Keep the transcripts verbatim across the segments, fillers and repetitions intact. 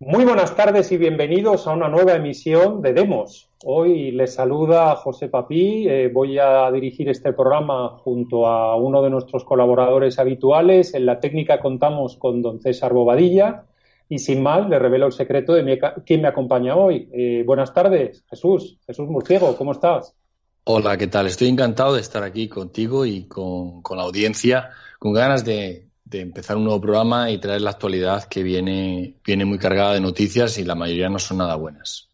Muy buenas tardes y bienvenidos a una nueva emisión de Demos. Hoy les saluda José Papí. Eh, voy a dirigir este programa junto a uno de nuestros colaboradores habituales. En la técnica contamos con don César Bobadilla. Y sin más, le revelo el secreto de mi, quién me acompaña hoy. Eh, buenas tardes, Jesús. Jesús Murciego, ¿cómo estás? Hola, ¿qué tal? Estoy encantado de estar aquí contigo y con, con la audiencia, con ganas de, de empezar un nuevo programa y traer la actualidad que viene, viene muy cargada de noticias y la mayoría no son nada buenas.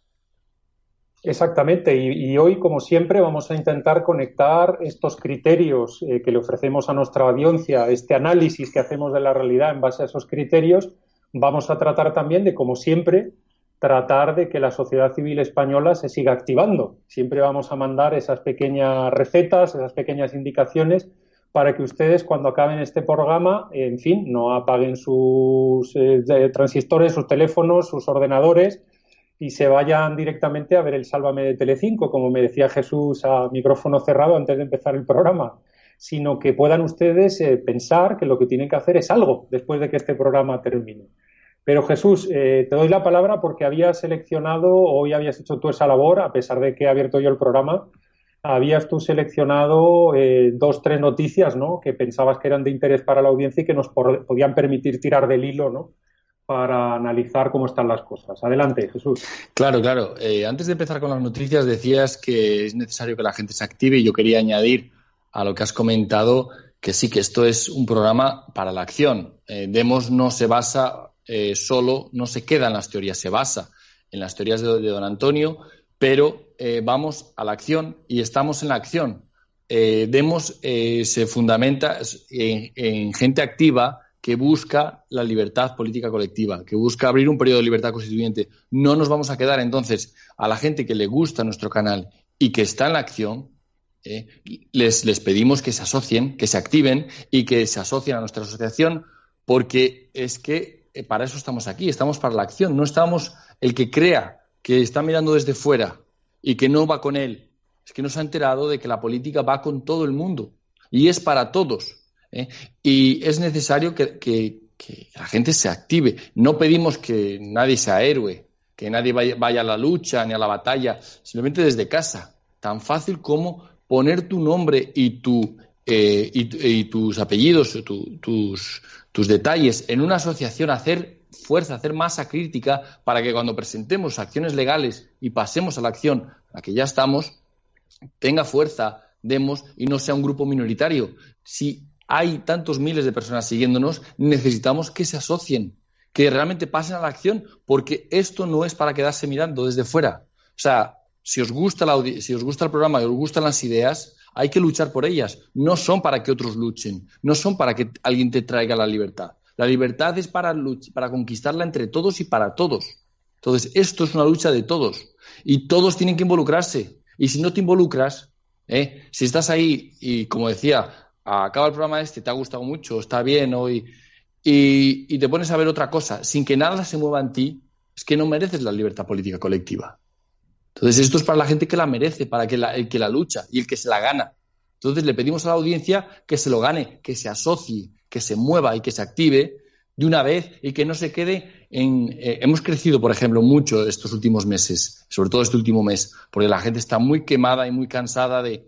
Exactamente, y, y hoy, como siempre, vamos a intentar conectar estos criterios eh, que le ofrecemos a nuestra audiencia, este análisis que hacemos de la realidad en base a esos criterios. Vamos a tratar también de, como siempre, tratar de que la sociedad civil española se siga activando. Siempre vamos a mandar esas pequeñas recetas, esas pequeñas indicaciones para que ustedes, cuando acaben este programa, en fin, no apaguen sus eh, transistores, sus teléfonos, sus ordenadores y se vayan directamente a ver el Sálvame de Telecinco, como me decía Jesús a micrófono cerrado antes de empezar el programa, sino que puedan ustedes eh, pensar que lo que tienen que hacer es algo después de que este programa termine. Pero Jesús, eh, te doy la palabra porque habías seleccionado, hoy habías hecho tú esa labor, a pesar de que he abierto yo el programa, habías tú seleccionado eh, dos, tres noticias, ¿no?, que pensabas que eran de interés para la audiencia y que nos por, podían permitir tirar del hilo, ¿no?, para analizar cómo están las cosas. Adelante, Jesús. Claro, claro. Eh, antes de empezar con las noticias, decías que es necesario que la gente se active y yo quería añadir a lo que has comentado que sí, que esto es un programa para la acción. Eh, Demos no se basa eh, solo, no se queda en las teorías, se basa en las teorías de, de don Antonio, pero eh, vamos a la acción y estamos en la acción. Eh, Demos eh, se fundamenta en, en gente activa que busca la libertad política colectiva, que busca abrir un periodo de libertad constituyente. No nos vamos a quedar, entonces, a la gente que le gusta nuestro canal y que está en la acción, eh, les, les pedimos que se asocien, que se activen y que se asocien a nuestra asociación, porque es que eh, para eso estamos aquí, estamos para la acción. No estamos, el que crea que está mirando desde fuera y que no va con él, es que no se ha enterado de que la política va con todo el mundo y es para todos. ¿Eh? Y es necesario que, que, que la gente se active. No pedimos que nadie sea héroe, que nadie vaya, vaya a la lucha ni a la batalla, simplemente desde casa. Tan fácil como poner tu nombre y, tu, eh, y, y tus apellidos, tu, tus, tus detalles en una asociación, hacer fuerza, hacer masa crítica para que cuando presentemos acciones legales y pasemos a la acción a la que ya estamos, tenga fuerza, demos y no sea un grupo minoritario. Si hay tantos miles de personas siguiéndonos, necesitamos que se asocien, que realmente pasen a la acción, porque esto no es para quedarse mirando desde fuera. O sea, si os gusta la, si os gusta el programa y os gustan las ideas, hay que luchar por ellas. No son para que otros luchen, no son para que alguien te traiga la libertad. La libertad es para, luch- para conquistarla entre todos y para todos. Entonces, esto es una lucha de todos y todos tienen que involucrarse. Y si no te involucras, ¿eh? si estás ahí y, como decía, acaba el programa este, te ha gustado mucho, está bien hoy, y, y te pones a ver otra cosa, sin que nada se mueva en ti, es que no mereces la libertad política colectiva. Entonces, esto es para la gente que la merece, para que la, el que la lucha y el que se la gana. Entonces, le pedimos a la audiencia que se lo gane, que se asocie, que se mueva y que se active de una vez y que no se quede en... Eh, hemos crecido, por ejemplo, mucho estos últimos meses, sobre todo este último mes, porque la gente está muy quemada y muy cansada de...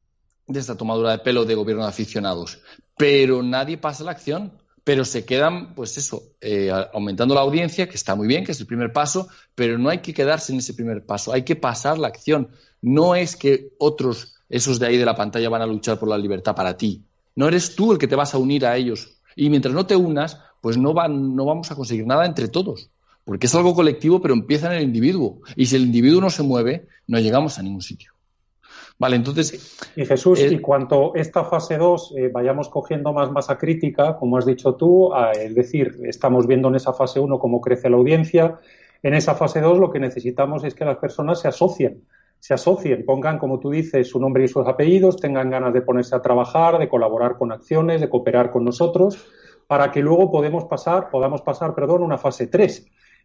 de esta tomadura de pelo de gobierno de aficionados, pero nadie pasa a la acción, pero se quedan, pues eso, eh, aumentando la audiencia, que está muy bien, que es el primer paso, pero no hay que quedarse en ese primer paso, hay que pasar la acción. No es que otros, esos de ahí de la pantalla, van a luchar por la libertad para ti, no eres tú el que te vas a unir a ellos, y mientras no te unas, pues no, van, no vamos a conseguir nada entre todos, porque es algo colectivo, pero empieza en el individuo, y si el individuo no se mueve, no llegamos a ningún sitio. Vale, entonces... Y Jesús, eh, y cuanto esta fase dos eh, vayamos cogiendo más masa crítica, como has dicho tú, a, es decir, estamos viendo en esa fase uno cómo crece la audiencia, en esa fase dos lo que necesitamos es que las personas se asocien, se asocien, pongan, como tú dices, su nombre y sus apellidos, tengan ganas de ponerse a trabajar, de colaborar con acciones, de cooperar con nosotros, para que luego podemos pasar, podamos pasar, perdón, una fase tres.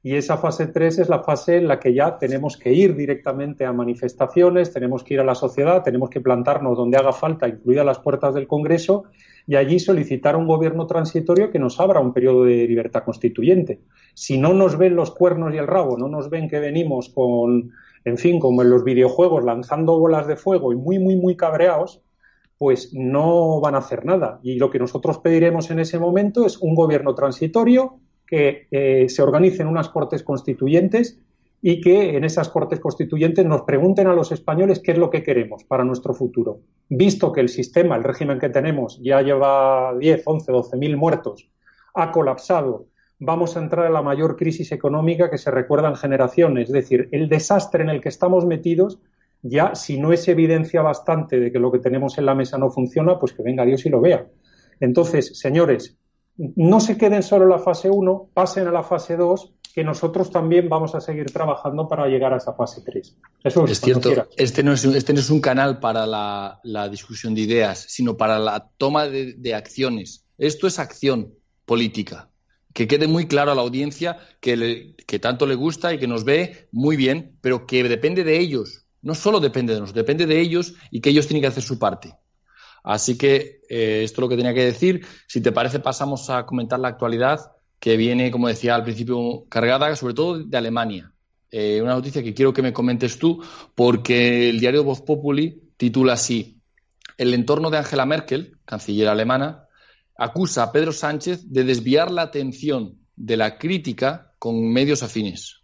y esa fase tres es la fase en la que ya tenemos que ir directamente a manifestaciones, tenemos que ir a la sociedad, tenemos que plantarnos donde haga falta, incluidas las puertas del Congreso, y allí solicitar a un gobierno transitorio que nos abra un periodo de libertad constituyente. Si no nos ven los cuernos y el rabo, no nos ven que venimos con, en fin, como en los videojuegos, lanzando bolas de fuego y muy, muy, muy cabreados, pues no van a hacer nada. Y lo que nosotros pediremos en ese momento es un gobierno transitorio que eh, se organicen unas cortes constituyentes y que en esas cortes constituyentes nos pregunten a los españoles qué es lo que queremos para nuestro futuro. Visto que el sistema, el régimen que tenemos, ya lleva diez, once, doce mil muertos, ha colapsado, vamos a entrar en la mayor crisis económica que se recuerda en generaciones. Es decir, el desastre en el que estamos metidos, ya si no es evidencia bastante de que lo que tenemos en la mesa no funciona, pues que venga Dios y lo vea. Entonces, señores, no se queden solo en la fase uno, pasen a la fase dos, que nosotros también vamos a seguir trabajando para llegar a esa fase tres. Eso es cierto, este no es, este no es un canal para la, la discusión de ideas, sino para la toma de, de acciones. Esto es acción política. Que quede muy claro a la audiencia que, le, que tanto le gusta y que nos ve muy bien, pero que depende de ellos. No solo depende de nosotros, depende de ellos y que ellos tienen que hacer su parte. Así que eh, esto es lo que tenía que decir. Si te parece, pasamos a comentar la actualidad, que viene, como decía al principio, cargada sobre todo de Alemania. Eh, una noticia que quiero que me comentes tú, porque el diario Voz Populi titula así: el entorno de Angela Merkel, canciller alemana, acusa a Pedro Sánchez de desviar la atención de la crítica con medios afines.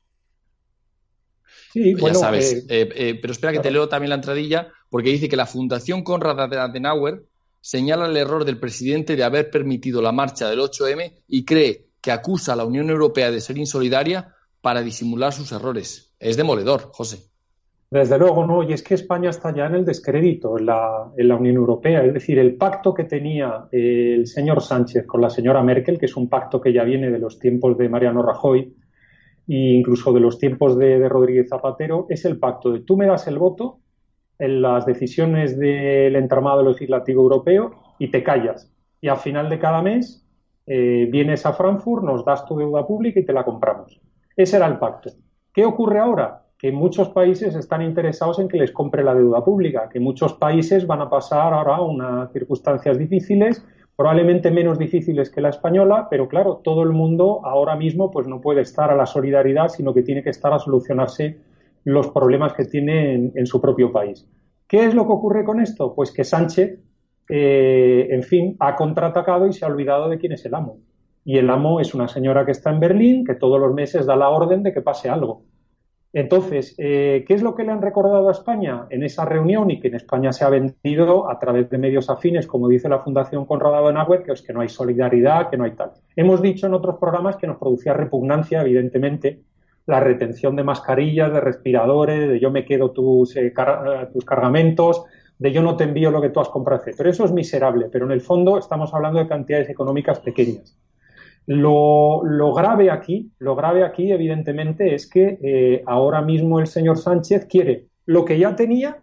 Sí, ya bueno, sabes, eh, eh, eh, pero espera que claro. te leo también la entradilla, porque dice que la Fundación Konrad Adenauer señala el error del presidente de haber permitido la marcha del ocho eme y cree que acusa a la Unión Europea de ser insolidaria para disimular sus errores. Es demoledor, José. Desde luego, no, y es que España está ya en el descrédito en la, en la Unión Europea. Es decir, el pacto que tenía eh, el señor Sánchez con la señora Merkel, que es un pacto que ya viene de los tiempos de Mariano Rajoy e incluso de los tiempos de, de Rodríguez Zapatero, es el pacto de tú me das el voto en las decisiones del entramado legislativo europeo y te callas. Y al final de cada mes eh, vienes a Frankfurt, nos das tu deuda pública y te la compramos. Ese era el pacto. ¿Qué ocurre ahora? Que muchos países están interesados en que les compre la deuda pública, que muchos países van a pasar ahora a unas circunstancias difíciles, probablemente menos difíciles que la española, pero claro, todo el mundo ahora mismo pues no puede estar a la solidaridad, sino que tiene que estar a solucionarse los problemas que tiene en, en su propio país. ¿Qué es lo que ocurre con esto? Pues que Sánchez, eh, en fin, ha contraatacado y se ha olvidado de quién es el amo. Y el amo es una señora que está en Berlín, que todos los meses da la orden de que pase algo. Entonces, eh, ¿qué es lo que le han recordado a España en esa reunión y que en España se ha vendido a través de medios afines, como dice la Fundación Konrad Adenauer, que es que no hay solidaridad, que no hay tal? Hemos dicho en otros programas que nos producía repugnancia, evidentemente, la retención de mascarillas, de respiradores, de yo me quedo tus, eh, car- tus cargamentos, de yo no te envío lo que tú has comprado, pero eso es miserable, pero en el fondo estamos hablando de cantidades económicas pequeñas. Lo, lo grave aquí, lo grave aquí, evidentemente, es que eh, ahora mismo el señor Sánchez quiere lo que ya tenía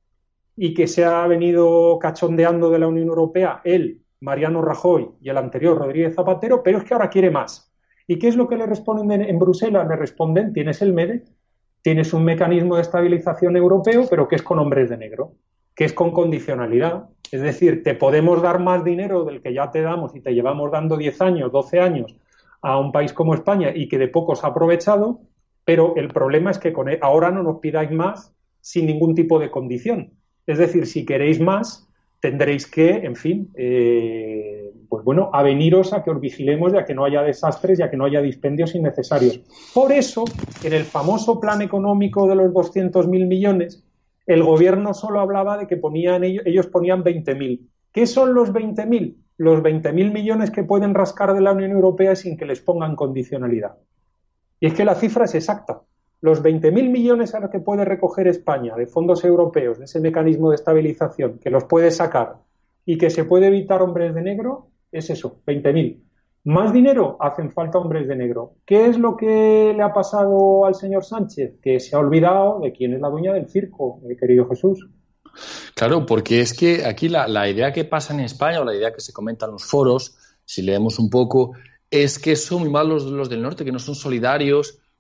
y que se ha venido cachondeando de la Unión Europea, él, Mariano Rajoy y el anterior Rodríguez Zapatero, pero es que ahora quiere más. ¿Y qué es lo que le responden en, en Bruselas? Le responden, tienes el MEDE, tienes un mecanismo de estabilización europeo, pero que es con hombres de negro, que es con condicionalidad. Es decir, te podemos dar más dinero del que ya te damos y te llevamos dando diez años, doce años a un país como España y que de poco se ha aprovechado, pero el problema es que con él, ahora no nos pidáis más sin ningún tipo de condición. Es decir, si queréis más, tendréis que, en fin, eh, pues bueno, aveniros a que os vigilemos y a que no haya desastres y a que no haya dispendios innecesarios. Por eso, en el famoso plan económico de los doscientos mil millones, el gobierno solo hablaba de que ponían ellos, ellos ponían veinte mil. ¿Qué son los veinte mil? Los veinte mil millones que pueden rascar de la Unión Europea sin que les pongan condicionalidad. Y es que la cifra es exacta. Los veinte mil millones a los que puede recoger España de fondos europeos, de ese mecanismo de estabilización, que los puede sacar y que se puede evitar hombres de negro, es eso, veinte mil. Más dinero, hacen falta hombres de negro. ¿Qué es lo que le ha pasado al señor Sánchez? Que se ha olvidado de quién es la dueña del circo, mi querido Jesús. Claro, porque es que aquí la, la idea que pasa en España, o la idea que se comenta en los foros, si leemos un poco, es que son muy malos los del norte, que no son solidarios,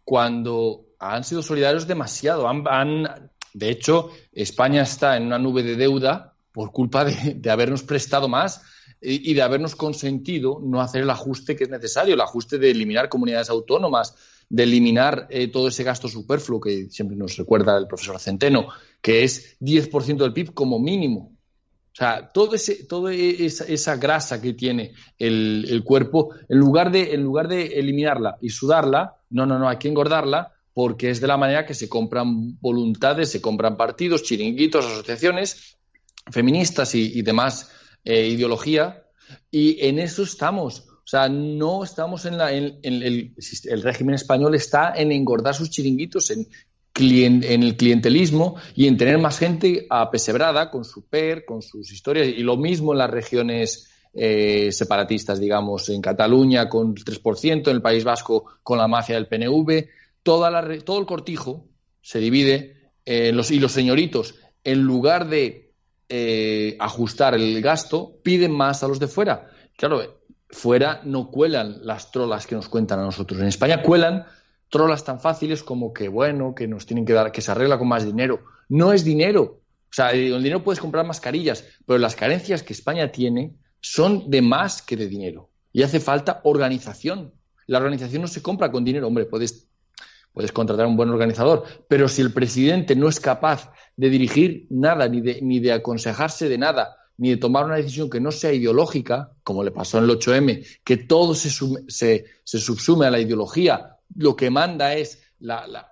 cuando han sido solidarios demasiado. Han, han, de hecho, España está en una nube de deuda por culpa de, de habernos prestado más y, y de habernos consentido no hacer el ajuste que es necesario, el ajuste de eliminar comunidades autónomas, de eliminar eh, todo ese gasto superfluo que siempre nos recuerda el profesor Centeno, que es diez por ciento del P I B como mínimo. O sea, todo ese, toda esa, esa grasa que tiene el, el cuerpo, en lugar, de, en lugar de eliminarla y sudarla, no, no, no, hay que engordarla porque es de la manera que se compran voluntades, se compran partidos, chiringuitos, asociaciones feministas y, y demás eh, ideología, y en eso estamos. O sea, no estamos en la... En, en el, el régimen español está en engordar sus chiringuitos, en en el clientelismo y en tener más gente apesebrada con su P E R, con sus historias, y lo mismo en las regiones eh, separatistas, digamos, en Cataluña con el tres por ciento, en el País Vasco con la mafia del P N V. Toda la, todo el cortijo se divide eh, los, y los señoritos, en lugar de eh, ajustar el gasto, piden más a los de fuera. Claro, fuera no cuelan las trolas que nos cuentan a nosotros. En España cuelan trolas tan fáciles como que, bueno, que nos tienen que dar, que se arregla con más dinero. No es dinero. O sea, el dinero puedes comprar mascarillas, pero las carencias que España tiene son de más que de dinero. Y hace falta organización. La organización no se compra con dinero. Hombre, puedes, puedes contratar a un buen organizador, pero si el presidente no es capaz de dirigir nada, ni de, ni de aconsejarse de nada, ni de tomar una decisión que no sea ideológica, como le pasó en el ocho eme, que todo se, sume, se, se subsume a la ideología, lo que manda es la, la,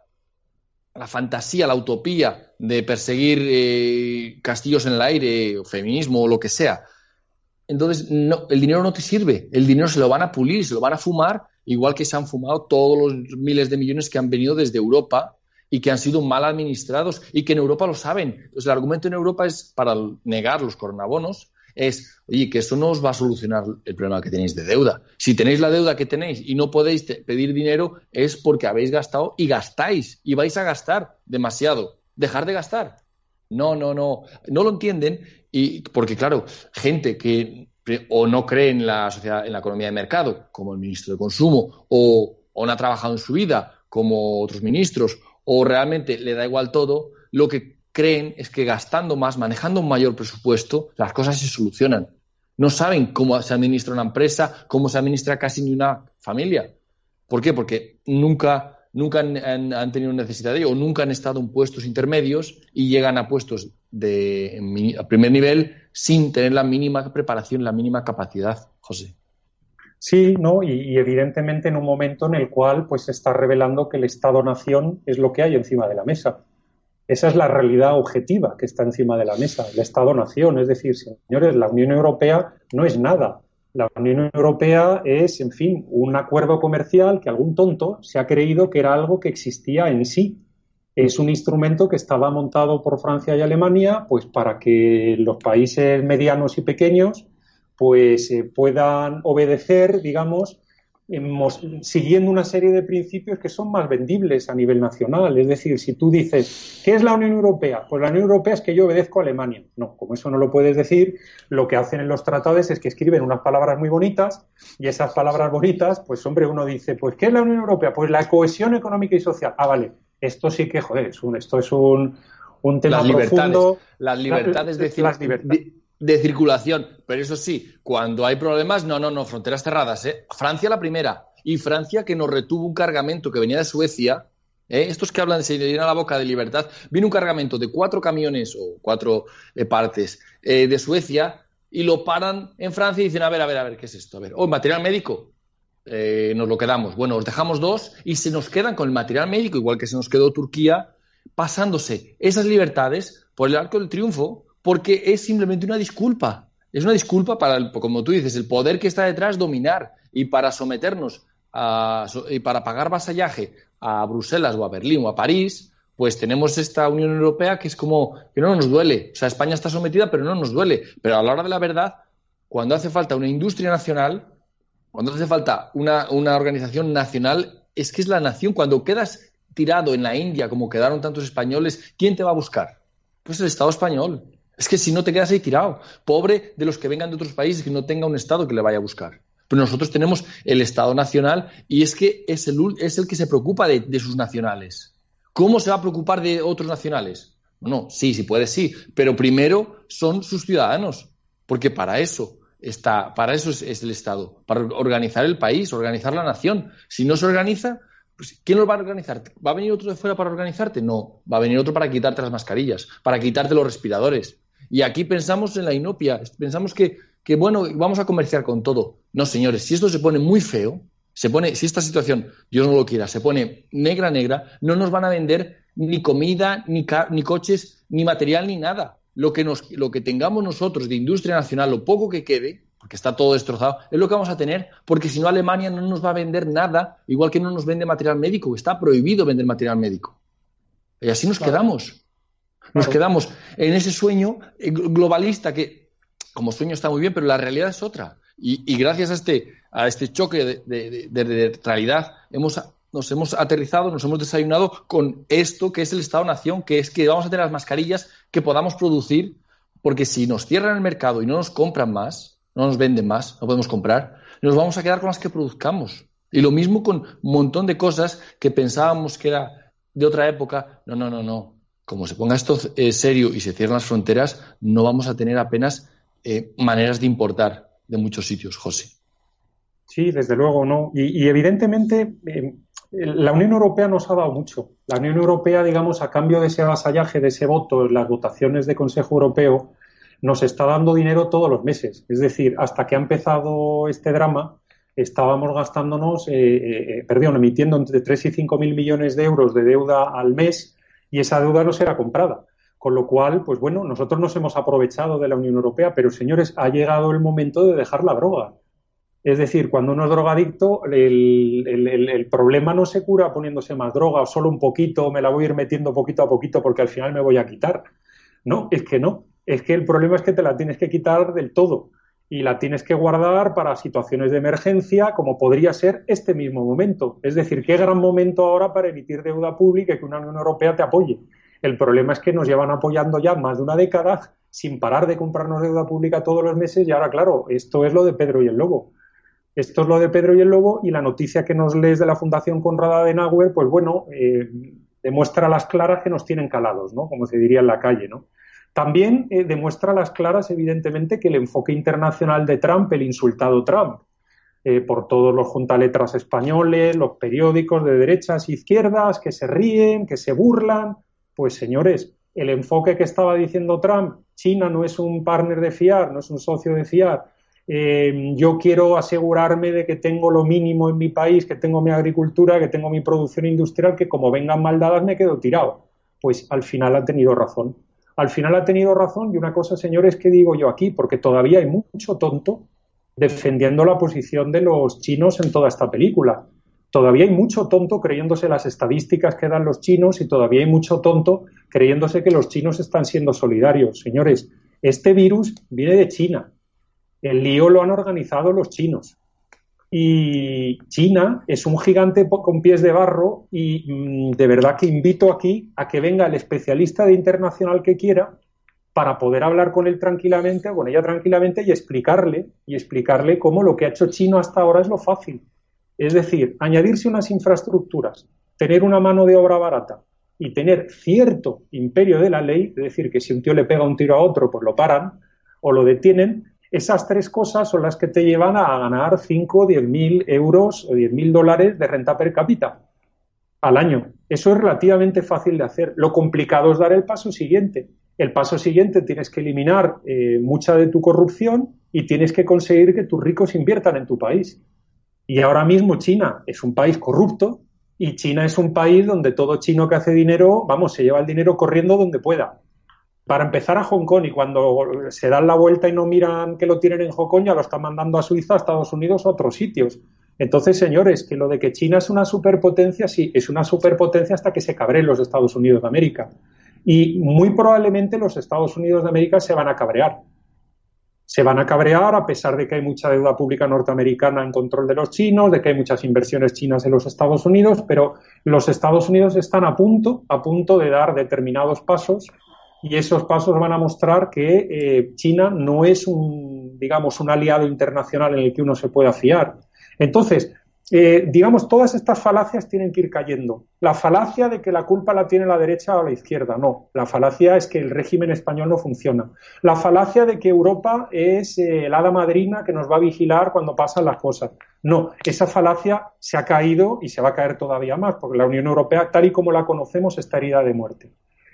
la fantasía, la utopía de perseguir eh, castillos en el aire, o feminismo o lo que sea. Entonces, no, el dinero no te sirve. El dinero se lo van a pulir, se lo van a fumar, igual que se han fumado todos los miles de millones que han venido desde Europa y que han sido mal administrados y que en Europa lo saben. Entonces, el argumento en Europa es, para negar los coronabonos, es, oye, que eso no os va a solucionar el problema que tenéis de deuda. Si tenéis la deuda que tenéis y no podéis pedir dinero es porque habéis gastado y gastáis y vais a gastar demasiado. Dejar de gastar. No, no, no. No lo entienden y porque, claro, gente que o no cree en la sociedad, en la economía de mercado, como el ministro de Consumo, o, o no ha trabajado en su vida, como otros ministros, o realmente le da igual todo, lo que creen es que gastando más, manejando un mayor presupuesto, las cosas se solucionan. No saben cómo se administra una empresa, cómo se administra casi ni una familia. ¿Por qué? Porque nunca, nunca han, han tenido necesidad de ello, o nunca han estado en puestos intermedios y llegan a puestos de a primer nivel sin tener la mínima preparación, la mínima capacidad. José. Sí, ¿no? Y, y evidentemente en un momento en el cual pues se está revelando que el Estado-nación es lo que hay encima de la mesa. Esa es la realidad objetiva que está encima de la mesa, el Estado-nación. Es decir, señores, la Unión Europea no es nada. La Unión Europea es, en fin, un acuerdo comercial que algún tonto se ha creído que era algo que existía en sí. Es un instrumento que estaba montado por Francia y Alemania pues para que los países medianos y pequeños pues eh, puedan obedecer, digamos, Hemos, siguiendo una serie de principios que son más vendibles a nivel nacional. Es decir, si tú dices, ¿qué es la Unión Europea? Pues la Unión Europea es que yo obedezco a Alemania. No, como eso no lo puedes decir, lo que hacen en los tratados es que escriben unas palabras muy bonitas y esas palabras bonitas, pues hombre, uno dice, pues ¿qué es la Unión Europea? Pues la cohesión económica y social. Ah, vale, esto sí que, joder, es un, esto es un, un tema las profundo. Las libertades, la, de, las libertades. De, de circulación, pero eso sí, cuando hay problemas, no, no, no, fronteras cerradas, ¿eh? Francia la primera, y Francia que nos retuvo un cargamento que venía de Suecia, ¿eh? Estos que hablan, se llenan la boca de libertad, vino un cargamento de cuatro camiones o cuatro eh, partes eh, de Suecia y lo paran en Francia y dicen, a ver, a ver, a ver, ¿qué es esto? A ver, oh, material médico, eh, nos lo quedamos, bueno, os dejamos dos y se nos quedan con el material médico, igual que se nos quedó Turquía, pasándose esas libertades por el arco del triunfo, porque es simplemente una disculpa. Es una disculpa para, el, como tú dices, el poder que está detrás dominar y para someternos a, y para pagar vasallaje a Bruselas o a Berlín o a París, pues tenemos esta Unión Europea que es como que no nos duele. O sea, España está sometida, pero no nos duele. Pero a la hora de la verdad, cuando hace falta una industria nacional, cuando hace falta una, una organización nacional, es que es la nación. Cuando quedas tirado en la India, como quedaron tantos españoles, ¿quién te va a buscar? Pues el Estado español. Es que si no te quedas ahí tirado, pobre de los que vengan de otros países que no tenga un Estado que le vaya a buscar. Pero nosotros tenemos el Estado Nacional y es que es el, es el que se preocupa de, de sus nacionales. ¿Cómo se va a preocupar de otros nacionales? No, sí, sí puede, sí, pero primero son sus ciudadanos, porque para eso está, para eso es, es el Estado, para organizar el país, organizar la nación. Si no se organiza, pues ¿quién lo va a organizar? ¿Va a venir otro de fuera para organizarte? No, va a venir otro para quitarte las mascarillas, para quitarte los respiradores. Y aquí pensamos en la inopia, pensamos que, que bueno, vamos a comerciar con todo. No, señores, si esto se pone muy feo, se pone, si esta situación, Dios no lo quiera, se pone negra, negra, no nos van a vender ni comida, ni, ca- ni coches, ni material, ni nada. Lo que, nos, lo que tengamos nosotros de industria nacional, lo poco que quede, porque está todo destrozado, es lo que vamos a tener, porque si no Alemania no nos va a vender nada, igual que no nos vende material médico, está prohibido vender material médico. Y así nos quedamos. Nos quedamos en ese sueño globalista que, como sueño está muy bien, pero la realidad es otra. Y, y gracias a este, a este choque de, de, de, de realidad hemos, nos hemos aterrizado, nos hemos desayunado con esto que es el Estado-Nación, que es que vamos a tener las mascarillas que podamos producir, porque si nos cierran el mercado y no nos compran más, no nos venden más, no podemos comprar, nos vamos a quedar con las que produzcamos. Y lo mismo con un montón de cosas que pensábamos que era de otra época. No, no, no, no. Como se ponga esto eh, serio y se cierran las fronteras, no vamos a tener apenas eh, maneras de importar de muchos sitios, José. Sí, desde luego, ¿no? Y, y evidentemente eh, la Unión Europea nos ha dado mucho. La Unión Europea, digamos, a cambio de ese avasallaje, de ese voto en las votaciones de Consejo Europeo, nos está dando dinero todos los meses. Es decir, hasta que ha empezado este drama, estábamos gastándonos, eh, eh, perdón, emitiendo entre tres y cinco mil millones de euros de deuda al mes y esa deuda no será comprada. Con lo cual, pues bueno, nosotros nos hemos aprovechado de la Unión Europea, pero señores, ha llegado el momento de dejar la droga. Es decir, cuando uno es drogadicto, el, el, el, el problema no se cura poniéndose más droga o solo un poquito, me la voy a ir metiendo poquito a poquito porque al final me voy a quitar. No, es que no. Es que el problema es que te la tienes que quitar del todo y la tienes que guardar para situaciones de emergencia como podría ser este mismo momento. Es decir, qué gran momento ahora para emitir deuda pública y que una Unión Europea te apoye. El problema es que nos llevan apoyando ya más de una década sin parar de comprarnos deuda pública todos los meses y ahora, claro, esto es lo de Pedro y el Lobo. Esto es lo de Pedro y el Lobo y la noticia que nos lees de la Fundación Konrad Adenauer, pues bueno, eh, demuestra a las claras que nos tienen calados, ¿no? Como se diría en la calle, ¿no? También eh, demuestra a las claras, evidentemente, que el enfoque internacional de Trump, el insultado Trump, eh, por todos los juntaletras españoles, los periódicos de derechas e izquierdas que se ríen, que se burlan. Pues, señores, el enfoque que estaba diciendo Trump, China no es un partner de fiar, no es un socio de fiar, eh, yo quiero asegurarme de que tengo lo mínimo en mi país, que tengo mi agricultura, que tengo mi producción industrial, que como vengan mal dadas me quedo tirado. Pues al final ha tenido razón. Al final ha tenido razón y una cosa, señores, que digo yo aquí, porque todavía hay mucho tonto defendiendo la posición de los chinos en toda esta película. Todavía hay mucho tonto creyéndose las estadísticas que dan los chinos y todavía hay mucho tonto creyéndose que los chinos están siendo solidarios. Señores, este virus viene de China. El lío lo han organizado los chinos. Y China es un gigante con pies de barro y mmm, de verdad que invito aquí a que venga el especialista de internacional que quiera para poder hablar con él tranquilamente, con ella tranquilamente y explicarle, y explicarle cómo lo que ha hecho China hasta ahora es lo fácil. Es decir, añadirse unas infraestructuras, tener una mano de obra barata y tener cierto imperio de la ley, es decir, que si un tío le pega un tiro a otro, pues lo paran o lo detienen. Esas tres cosas son las que te llevan a ganar cinco o diez mil euros o diez mil dólares de renta per cápita al año. Eso es relativamente fácil de hacer. Lo complicado es dar el paso siguiente. El paso siguiente tienes que eliminar eh, mucha de tu corrupción y tienes que conseguir que tus ricos inviertan en tu país. Y ahora mismo China es un país corrupto y China es un país donde todo chino que hace dinero, vamos, se lleva el dinero corriendo donde pueda. Para empezar a Hong Kong y cuando se dan la vuelta y no miran que lo tienen en Hong Kong ya lo están mandando a Suiza, a Estados Unidos o a otros sitios. Entonces, señores, que lo de que China es una superpotencia, sí, es una superpotencia hasta que se cabreen los Estados Unidos de América. Y muy probablemente los Estados Unidos de América se van a cabrear. Se van a cabrear a pesar de que hay mucha deuda pública norteamericana en control de los chinos, de que hay muchas inversiones chinas en los Estados Unidos, pero los Estados Unidos están a punto, a punto de dar determinados pasos y esos pasos van a mostrar que eh, China no es un, digamos, un aliado internacional en el que uno se pueda fiar. Entonces, eh, digamos, todas estas falacias tienen que ir cayendo. La falacia de que la culpa la tiene la derecha o la izquierda, no. La falacia es que el régimen español no funciona. La falacia de que Europa es eh, el hada madrina que nos va a vigilar cuando pasan las cosas. No, esa falacia se ha caído y se va a caer todavía más, porque la Unión Europea, tal y como la conocemos, está herida de muerte.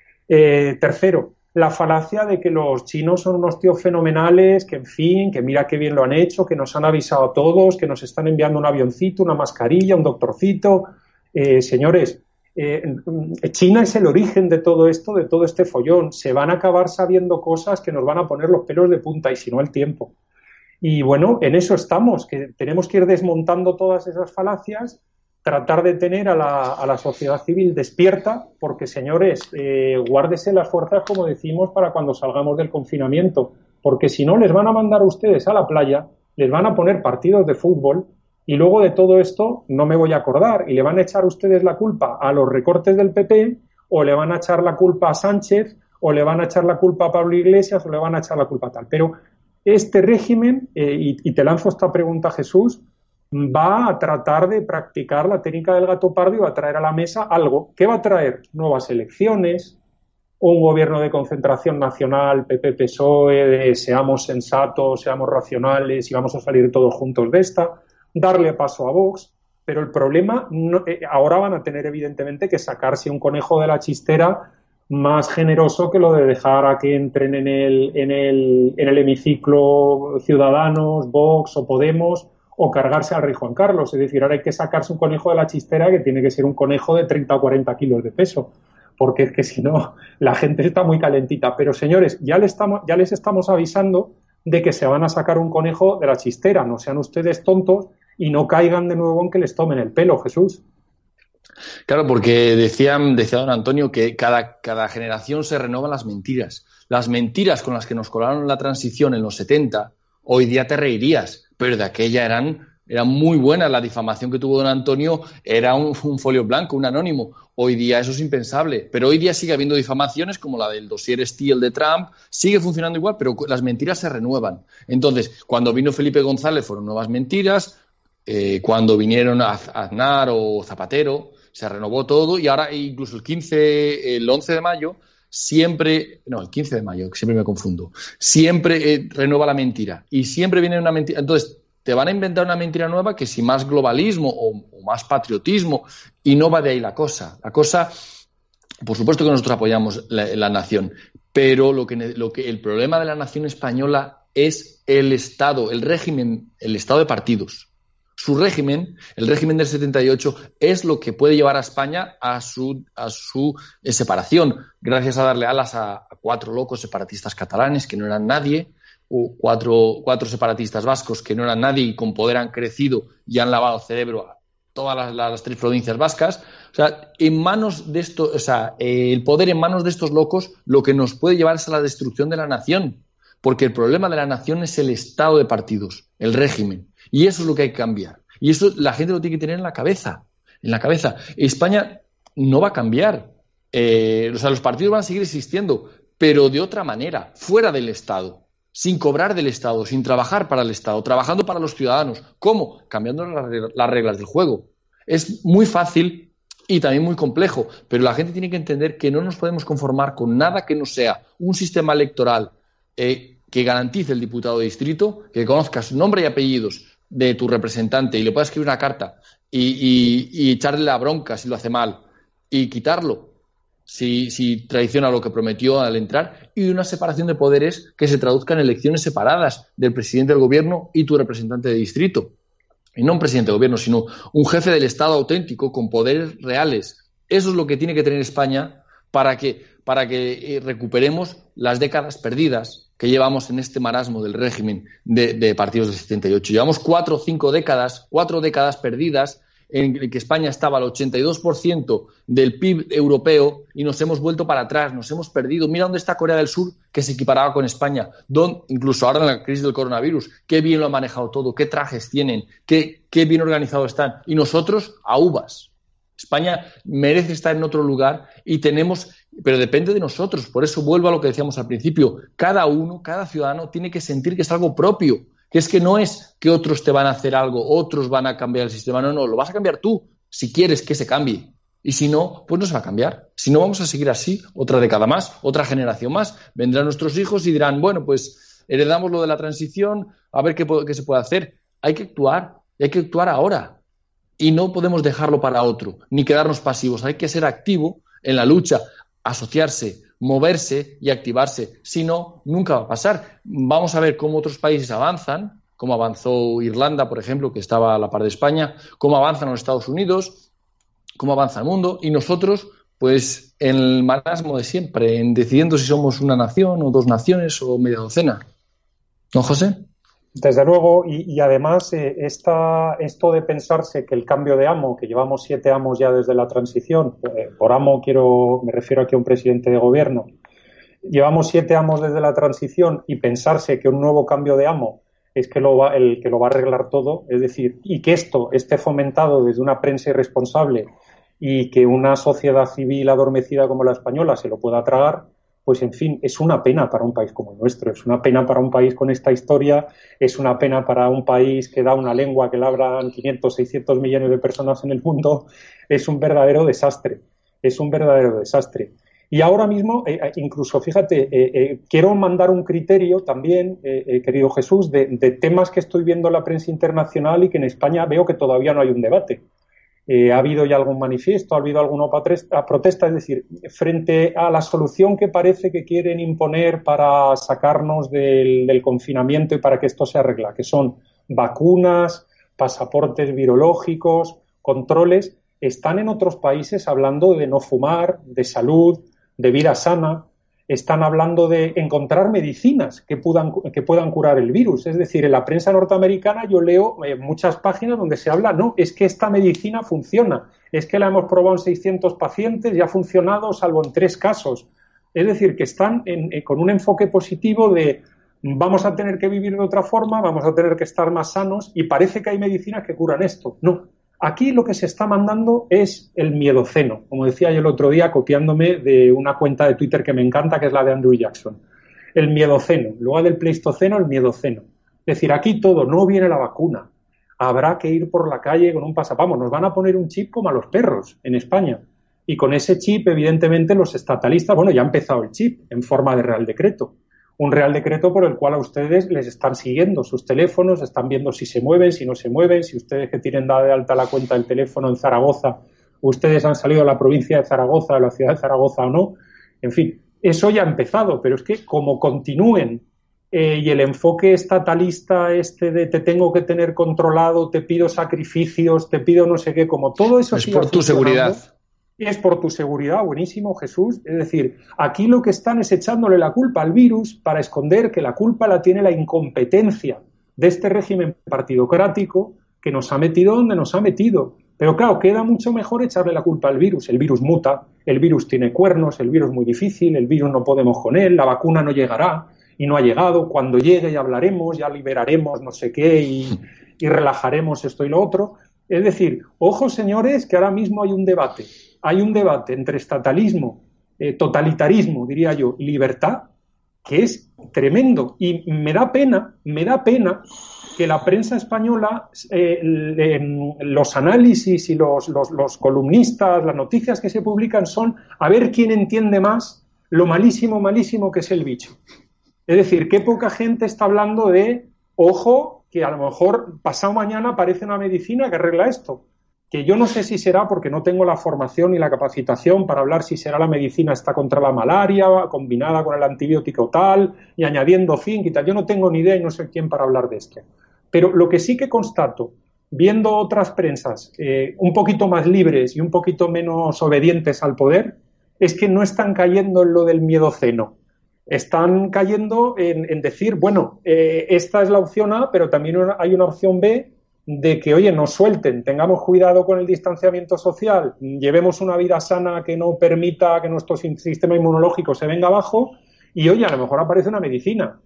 Eh, tercero, la falacia de que los chinos son unos tíos fenomenales, que en fin, que mira qué bien lo han hecho, que nos han avisado a todos, que nos están enviando un avioncito, una mascarilla, un doctorcito. Eh, señores, eh, China es el origen de todo esto, de todo este follón. Se van a acabar sabiendo cosas que nos van a poner los pelos de punta y si no el tiempo. Y bueno, en eso estamos, que tenemos que ir desmontando todas esas falacias, tratar de tener a la, a la sociedad civil despierta, porque, señores, eh, guárdese las fuerzas, como decimos, para cuando salgamos del confinamiento, porque si no, les van a mandar a ustedes a la playa, les van a poner partidos de fútbol, y luego de todo esto no me voy a acordar, y le van a echar ustedes la culpa a los recortes del P P, o le van a echar la culpa a Sánchez, o le van a echar la culpa a Pablo Iglesias, o le van a echar la culpa a tal. Pero este régimen, eh, y, y te lanzo esta pregunta, Jesús, va a tratar de practicar la técnica del gato pardo y va a traer a la mesa algo. ¿Qué va a traer? Nuevas elecciones, un gobierno de concentración nacional, P P P S O E, de seamos sensatos, seamos racionales y vamos a salir todos juntos de esta, darle paso a Vox, pero el problema, no, eh, ahora van a tener evidentemente que sacarse un conejo de la chistera más generoso que lo de dejar a que entren en el, en el, en el hemiciclo Ciudadanos, Vox o Podemos, o cargarse al rey Juan Carlos. Es decir, ahora hay que sacarse un conejo de la chistera que tiene que ser un conejo de treinta o cuarenta kilos de peso, porque es que si no, la gente está muy calentita. Pero, señores, ya, le estamos, ya les estamos avisando de que se van a sacar un conejo de la chistera. No sean ustedes tontos y no caigan de nuevo en que les tomen el pelo, Jesús. Claro, porque decía, decía don Antonio que cada, cada generación se renuevan las mentiras. Las mentiras con las que nos colaron la transición en los setenta, hoy día te reirías, pero de aquella eran, eran muy buenas. La difamación que tuvo don Antonio era un, un folio blanco, un anónimo. Hoy día eso es impensable, pero hoy día sigue habiendo difamaciones como la del dossier Steele de Trump, sigue funcionando igual, pero las mentiras se renuevan. Entonces, cuando vino Felipe González fueron nuevas mentiras, eh, cuando vinieron Aznar o Zapatero se renovó todo, y ahora incluso el quince, el once de mayo, siempre, no, el quince de mayo, que siempre me confundo, siempre eh, renueva la mentira, y siempre viene una mentira. Entonces, te van a inventar una mentira nueva que si más globalismo o, o más patriotismo, y no va de ahí la cosa. La cosa, por supuesto que nosotros apoyamos la, la nación, pero lo que, lo que el problema de la nación española es el Estado, el régimen, el Estado de partidos. Su régimen, el régimen del setenta y ocho, es lo que puede llevar a España a su, a su eh, separación, gracias a darle alas a, a cuatro locos separatistas catalanes que no eran nadie, o cuatro, cuatro separatistas vascos que no eran nadie y con poder han crecido y han lavado el cerebro a todas las, las tres provincias vascas. O sea, en manos de esto, o sea, eh, el poder en manos de estos locos lo que nos puede llevar es a la destrucción de la nación, porque el problema de la nación es el estado de partidos, el régimen. Y eso es lo que hay que cambiar. Y eso la gente lo tiene que tener en la cabeza. En la cabeza. España no va a cambiar. Eh, o sea, los partidos van a seguir existiendo, pero de otra manera, fuera del Estado, sin cobrar del Estado, sin trabajar para el Estado, trabajando para los ciudadanos. ¿Cómo? Cambiando las reglas del juego. Es muy fácil y también muy complejo, pero la gente tiene que entender que no nos podemos conformar con nada que no sea un sistema electoral eh, que garantice el diputado de distrito, que conozca su nombre y apellidos de tu representante y le puedas escribir una carta y, y, y echarle la bronca si lo hace mal y quitarlo si, si traiciona lo que prometió al entrar, y una separación de poderes que se traduzca en elecciones separadas del presidente del gobierno y tu representante de distrito. Y no un presidente de gobierno, sino un jefe del Estado auténtico con poderes reales. Eso es lo que tiene que tener España para que, para que recuperemos las décadas perdidas que llevamos en este marasmo del régimen de, de partidos del setenta y ocho. Llevamos cuatro o cinco décadas, cuatro décadas perdidas en que España estaba al ochenta y dos por ciento del P I B europeo y nos hemos vuelto para atrás, nos hemos perdido. Mira dónde está Corea del Sur, que se equiparaba con España, don, incluso ahora en la crisis del coronavirus, qué bien lo han manejado todo, qué trajes tienen, qué, qué bien organizados están. Y nosotros a uvas. España merece estar en otro lugar y tenemos, pero depende de nosotros. Por eso vuelvo a lo que decíamos al principio. Cada uno, cada ciudadano tiene que sentir que es algo propio, que es que no es que otros te van a hacer algo, otros van a cambiar el sistema. No, no, lo vas a cambiar tú si quieres que se cambie. Y si no, pues no se va a cambiar. Si no, vamos a seguir así, otra década más, otra generación más. Vendrán nuestros hijos y dirán, bueno, pues heredamos lo de la transición, a ver qué, qué se puede hacer. Hay que actuar, y hay que actuar ahora. Y no podemos dejarlo para otro, ni quedarnos pasivos. Hay que ser activo en la lucha, asociarse, moverse y activarse. Si no, nunca va a pasar. Vamos a ver cómo otros países avanzan, cómo avanzó Irlanda, por ejemplo, que estaba a la par de España, cómo avanzan los Estados Unidos, cómo avanza el mundo, y nosotros, pues, en el marasmo de siempre, en decidiendo si somos una nación o dos naciones o media docena. ¿No, José? Desde luego, y, y además eh, esta, esto de pensarse que el cambio de amo, que llevamos siete amos ya desde la transición, eh, por amo quiero, me refiero aquí a un presidente de gobierno, llevamos siete amos desde la transición y pensarse que un nuevo cambio de amo es que lo va, el que lo va a arreglar todo, es decir, y que esto esté fomentado desde una prensa irresponsable y que una sociedad civil adormecida como la española se lo pueda tragar, pues en fin, es una pena para un país como el nuestro, es una pena para un país con esta historia, es una pena para un país que da una lengua que la hablan quinientos, seiscientos millones de personas en el mundo, es un verdadero desastre, es un verdadero desastre. Y ahora mismo, eh, incluso, fíjate, eh, eh, quiero mandar un criterio también, eh, eh, querido Jesús, de, de temas que estoy viendo en la prensa internacional y que en España veo que todavía no hay un debate. Eh, ha habido ya algún manifiesto, ha habido alguna protesta, es decir, frente a la solución que parece que quieren imponer para sacarnos del, del confinamiento y para que esto se arregle, que son vacunas, pasaportes virológicos, controles, están en otros países hablando de no fumar, de salud, de vida sana, están hablando de encontrar medicinas que puedan, que puedan curar el virus. Es decir, en la prensa norteamericana yo leo eh, muchas páginas donde se habla, no, es que esta medicina funciona, es que la hemos probado en seiscientos pacientes y ha funcionado salvo en tres casos. Es decir, que están en, eh, con un enfoque positivo de vamos a tener que vivir de otra forma, vamos a tener que estar más sanos y parece que hay medicinas que curan esto. No. Aquí lo que se está mandando es el miedoceno, como decía yo el otro día, copiándome de una cuenta de Twitter que me encanta, que es la de Andrew Jackson. El miedoceno, en lugar del pleistoceno, el miedoceno. Es decir, aquí todo, no viene la vacuna. Habrá que ir por la calle con un pasapamos. Nos van a poner un chip como a los perros en España. Y con ese chip, evidentemente, los estatalistas, bueno, ya ha empezado el chip en forma de Real Decreto. Un Real Decreto por el cual a ustedes les están siguiendo sus teléfonos, están viendo si se mueven, si no se mueven, si ustedes que tienen dada de alta la cuenta del teléfono en Zaragoza, ustedes han salido a la provincia de Zaragoza, a la ciudad de Zaragoza o no. En fin, eso ya ha empezado, pero es que como continúen eh, y el enfoque estatalista este de te tengo que tener controlado, te pido sacrificios, te pido no sé qué, como todo eso es por tu seguridad. Es por tu seguridad, buenísimo, Jesús. Es decir, aquí lo que están es echándole la culpa al virus para esconder que la culpa la tiene la incompetencia de este régimen partidocrático que nos ha metido donde nos ha metido. Pero claro, queda mucho mejor echarle la culpa al virus. El virus muta, el virus tiene cuernos, el virus es muy difícil, el virus no podemos con él, la vacuna no llegará y no ha llegado. Cuando llegue ya hablaremos, ya liberaremos no sé qué y, y relajaremos esto y lo otro. Es decir, ojo señores, que ahora mismo hay un debate. Hay un debate entre estatalismo, eh, totalitarismo, diría yo, y libertad, que es tremendo. Y me da pena, me da pena que la prensa española, eh, le, los análisis y los, los, los columnistas, las noticias que se publican son a ver quién entiende más lo malísimo, malísimo que es el bicho. Es decir, qué poca gente está hablando de, ojo, que a lo mejor pasado mañana aparece una medicina que arregla esto. Que yo no sé si será porque no tengo la formación ni la capacitación para hablar si será la medicina está contra la malaria, combinada con el antibiótico tal, y añadiendo zinc y tal. Yo no tengo ni idea y no sé quién para hablar de esto. Pero lo que sí que constato, viendo otras prensas eh, un poquito más libres y un poquito menos obedientes al poder, es que no están cayendo en lo del miedoceno. Están cayendo en, en decir, bueno, eh, esta es la opción A, pero también hay una opción B, de que, oye, nos suelten, tengamos cuidado con el distanciamiento social, llevemos una vida sana que no permita que nuestro sistema inmunológico se venga abajo y, oye, a lo mejor aparece una medicina.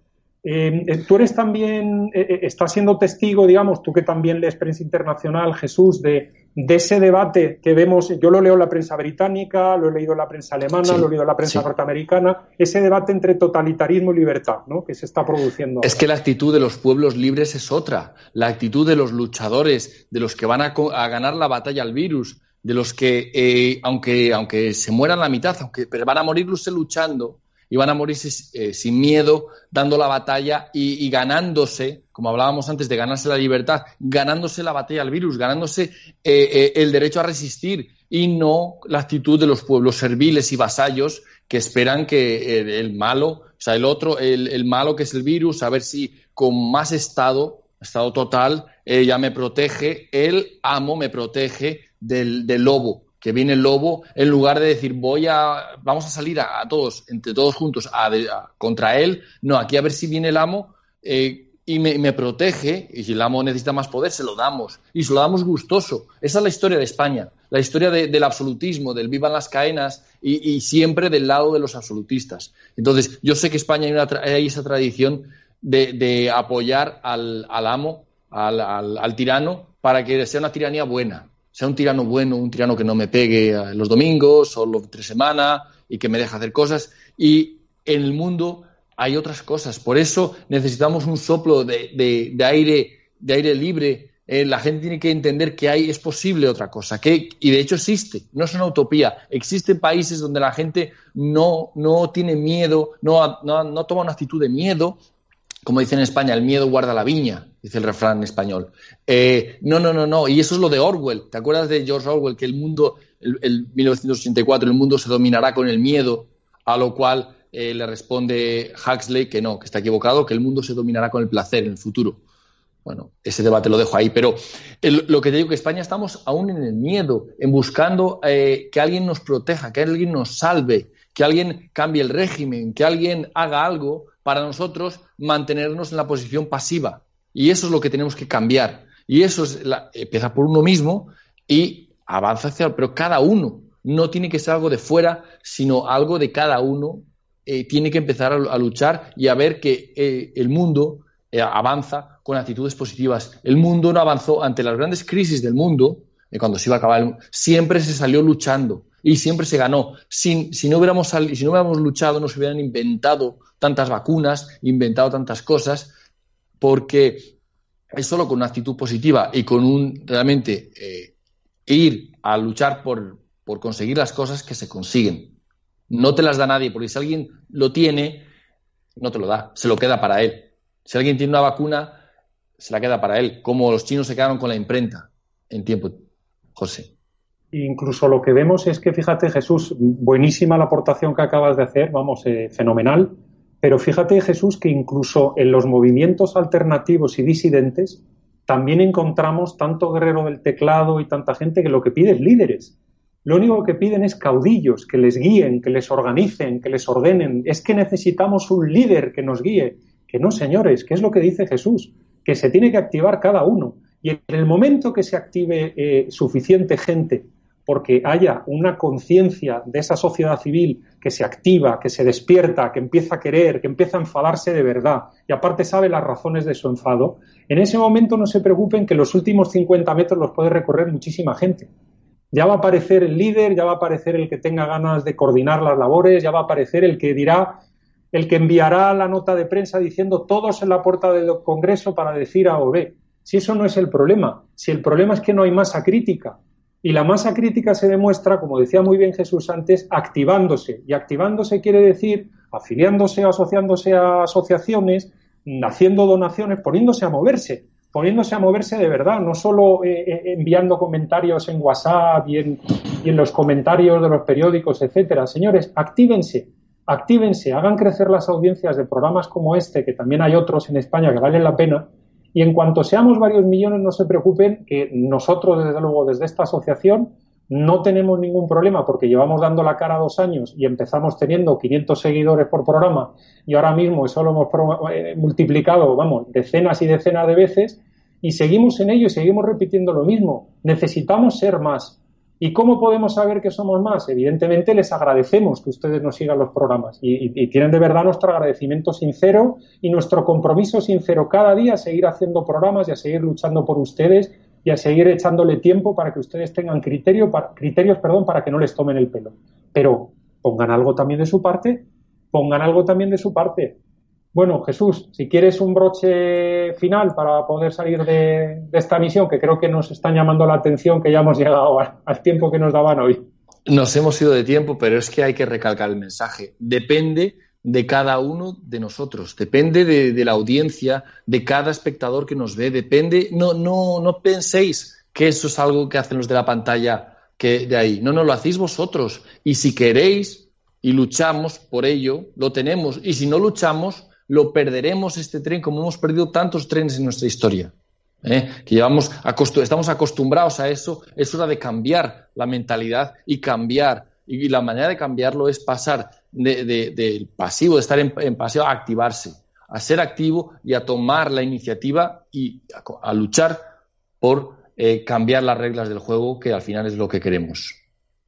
Eh, tú eres también, eh, estás siendo testigo, digamos, tú que también lees prensa internacional, Jesús, de, de ese debate que vemos, yo lo leo en la prensa británica, lo he leído en la prensa alemana, sí, lo he leído en la prensa sí. norteamericana, ese debate entre totalitarismo y libertad, ¿no?, que se está produciendo ahora. Es que la actitud de los pueblos libres es otra, la actitud de los luchadores, de los que van a, a ganar la batalla al virus, de los que, eh, aunque, aunque se mueran la mitad, aunque, pero van a morirse luchando, y van a morirse eh, sin miedo, dando la batalla y, y ganándose, como hablábamos antes de ganarse la libertad, ganándose la batalla al virus, ganándose eh, eh, el derecho a resistir, y no la actitud de los pueblos serviles y vasallos que esperan que el, el malo, o sea, el otro, el, el malo que es el virus, a ver si con más estado, estado total, eh, ya me protege, el amo me protege del, del lobo. Que viene el lobo, en lugar de decir voy a vamos a salir a, a todos, entre todos juntos, a, a, contra él, no, aquí a ver si viene el amo eh, y me, me protege, y si el amo necesita más poder, se lo damos, y se lo damos gustoso. Esa es la historia de España, la historia de, del absolutismo, del vivan las caenas, y, y siempre del lado de los absolutistas. Entonces, yo sé que España hay, una, hay esa tradición de, de apoyar al, al amo, al, al, al tirano, para que sea una tiranía buena. Sea un tirano bueno, un tirano que no me pegue los domingos o los entre semana y que me deje hacer cosas. Y en el mundo hay otras cosas. Por eso necesitamos un soplo de, de, de, aire, de aire libre. Eh, la gente tiene que entender que hay, es posible otra cosa. Que, y de hecho existe, no es una utopía. Existen países donde la gente no, no tiene miedo, no, no, no toma una actitud de miedo. Como dicen en España, el miedo guarda la viña, dice el refrán en español. Eh, no, no, no, no. Y eso es lo de Orwell. ¿Te acuerdas de George Orwell? Que el mundo, el, el mil novecientos ochenta y cuatro, el mundo se dominará con el miedo, a lo cual eh, le responde Huxley que no, que está equivocado, que el mundo se dominará con el placer en el futuro. Bueno, ese debate lo dejo ahí. Pero el, lo que te digo que España estamos aún en el miedo, en buscando eh, que alguien nos proteja, que alguien nos salve, que alguien cambie el régimen, que alguien haga algo para nosotros mantenernos en la posición pasiva. Y eso es lo que tenemos que cambiar. Y eso es la, empieza por uno mismo y avanza hacia... Pero cada uno no tiene que ser algo de fuera, sino algo de cada uno. Eh, tiene que empezar a, a luchar y a ver que eh, el mundo eh, avanza con actitudes positivas. El mundo no avanzó ante las grandes crisis del mundo, eh, cuando se iba a acabar el mundo, siempre se salió luchando. Y siempre se ganó. Si, si, no hubiéramos sal, si no hubiéramos luchado, no se hubieran inventado tantas vacunas, inventado tantas cosas, porque es solo con una actitud positiva y con un realmente eh, ir a luchar por, por conseguir las cosas que se consiguen. No te las da nadie, porque si alguien lo tiene, no te lo da, se lo queda para él. Si alguien tiene una vacuna, se la queda para él, como los chinos se quedaron con la imprenta en tiempo. José. Incluso lo que vemos es que, fíjate, Jesús, buenísima la aportación que acabas de hacer, vamos, eh, fenomenal, pero fíjate, Jesús, que incluso en los movimientos alternativos y disidentes también encontramos tanto guerrero del teclado y tanta gente que lo que pide es líderes. Lo único que piden es caudillos, que les guíen, que les organicen, que les ordenen. Es que necesitamos un líder que nos guíe. Que no, señores, que es lo que dice Jesús, que se tiene que activar cada uno. Y en el momento que se active eh, suficiente gente porque haya una conciencia de esa sociedad civil que se activa, que se despierta, que empieza a querer, que empieza a enfadarse de verdad y aparte sabe las razones de su enfado, en ese momento no se preocupen que los últimos cincuenta metros los puede recorrer muchísima gente. Ya va a aparecer el líder, ya va a aparecer el que tenga ganas de coordinar las labores, ya va a aparecer el que dirá, el que enviará la nota de prensa diciendo todos en la puerta del Congreso para decir A o B. Si eso no es el problema, si el problema es que no hay masa crítica. Y la masa crítica se demuestra, como decía muy bien Jesús antes, activándose. Y activándose quiere decir afiliándose o asociándose a asociaciones, haciendo donaciones, poniéndose a moverse, poniéndose a moverse de verdad, no solo eh, enviando comentarios en WhatsApp y en, y en los comentarios de los periódicos, etcétera. Señores, actívense, actívense, hagan crecer las audiencias de programas como este, que también hay otros en España que valen la pena. Y en cuanto seamos varios millones, no se preocupen que nosotros, desde luego, desde esta asociación no tenemos ningún problema porque llevamos dando la cara dos años y empezamos teniendo quinientos seguidores por programa y ahora mismo eso lo hemos pro- eh, multiplicado, vamos, decenas y decenas de veces y seguimos en ello y seguimos repitiendo lo mismo. Necesitamos ser más. ¿Y cómo podemos saber que somos más? Evidentemente les agradecemos que ustedes nos sigan los programas y, y, y tienen de verdad nuestro agradecimiento sincero y nuestro compromiso sincero cada día a seguir haciendo programas y a seguir luchando por ustedes y a seguir echándole tiempo para que ustedes tengan criterio, para, criterios perdón, para que no les tomen el pelo. Pero pongan algo también de su parte, pongan algo también de su parte. Bueno, Jesús, si quieres un broche final para poder salir de, de esta misión, que creo que nos están llamando la atención, que ya hemos llegado a, al tiempo que nos daban hoy. Nos hemos ido de tiempo, pero es que hay que recalcar el mensaje. Depende de cada uno de nosotros, depende de, de la audiencia, de cada espectador que nos ve, depende, no, no, no penséis que eso es algo que hacen los de la pantalla que de ahí. No, no, lo hacéis vosotros. Y si queréis y luchamos por ello, lo tenemos. Y si no luchamos, lo perderemos este tren como hemos perdido tantos trenes en nuestra historia. ¿eh? Que llevamos acostu- estamos acostumbrados a eso. Es hora de cambiar la mentalidad y cambiar. Y la manera de cambiarlo es pasar del de, de pasivo, de estar en, en pasivo, a activarse, a ser activo y a tomar la iniciativa y a, a luchar por eh, cambiar las reglas del juego, que al final es lo que queremos.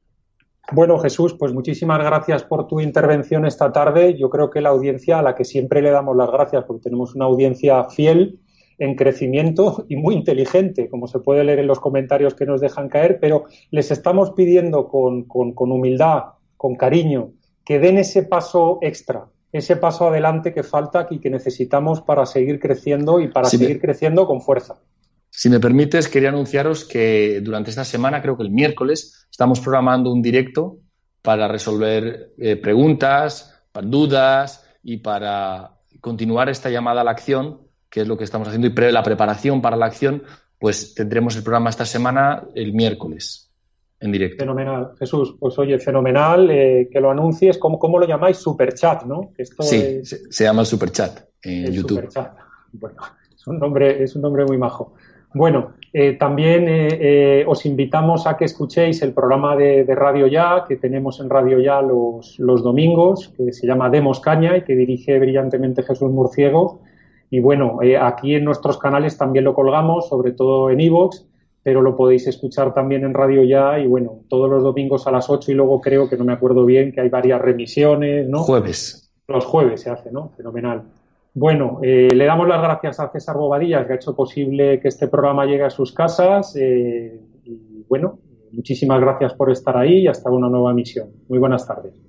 Bueno, Jesús, pues muchísimas gracias por tu intervención esta tarde. Yo creo que la audiencia, a la que siempre le damos las gracias, porque tenemos una audiencia fiel, en crecimiento y muy inteligente, como se puede leer en los comentarios que nos dejan caer, pero les estamos pidiendo con, con, con humildad, con cariño, que den ese paso extra, ese paso adelante que falta y que necesitamos para seguir creciendo y para sí, seguir me... creciendo con fuerza. Si me permites, quería anunciaros que durante esta semana, creo que el miércoles, estamos programando un directo para resolver eh, preguntas, para dudas y para continuar esta llamada a la acción, que es lo que estamos haciendo, y pre- la preparación para la acción, pues tendremos el programa esta semana el miércoles en directo. Fenomenal, Jesús. Pues oye, fenomenal eh, que lo anuncies. ¿Cómo, cómo lo llamáis? Superchat, ¿no? Esto sí, es... se, se llama el Superchat en el YouTube. Superchat. Bueno, es un nombre, es un nombre muy majo. Bueno, eh, también eh, eh, os invitamos a que escuchéis el programa de, de Radio Ya, que tenemos en Radio Ya los, los domingos, que se llama Demos Caña y que dirige brillantemente Jesús Murciego. Y bueno, eh, aquí en nuestros canales también lo colgamos, sobre todo en iVoox, pero lo podéis escuchar también en Radio Ya y bueno, todos los domingos a las ocho y luego creo que no me acuerdo bien que hay varias remisiones, ¿no? Jueves. Los jueves se hace, ¿no? Fenomenal. Bueno, eh, le damos las gracias a César Bobadilla, que ha hecho posible que este programa llegue a sus casas eh, y bueno, muchísimas gracias por estar ahí y hasta una nueva emisión. Muy buenas tardes.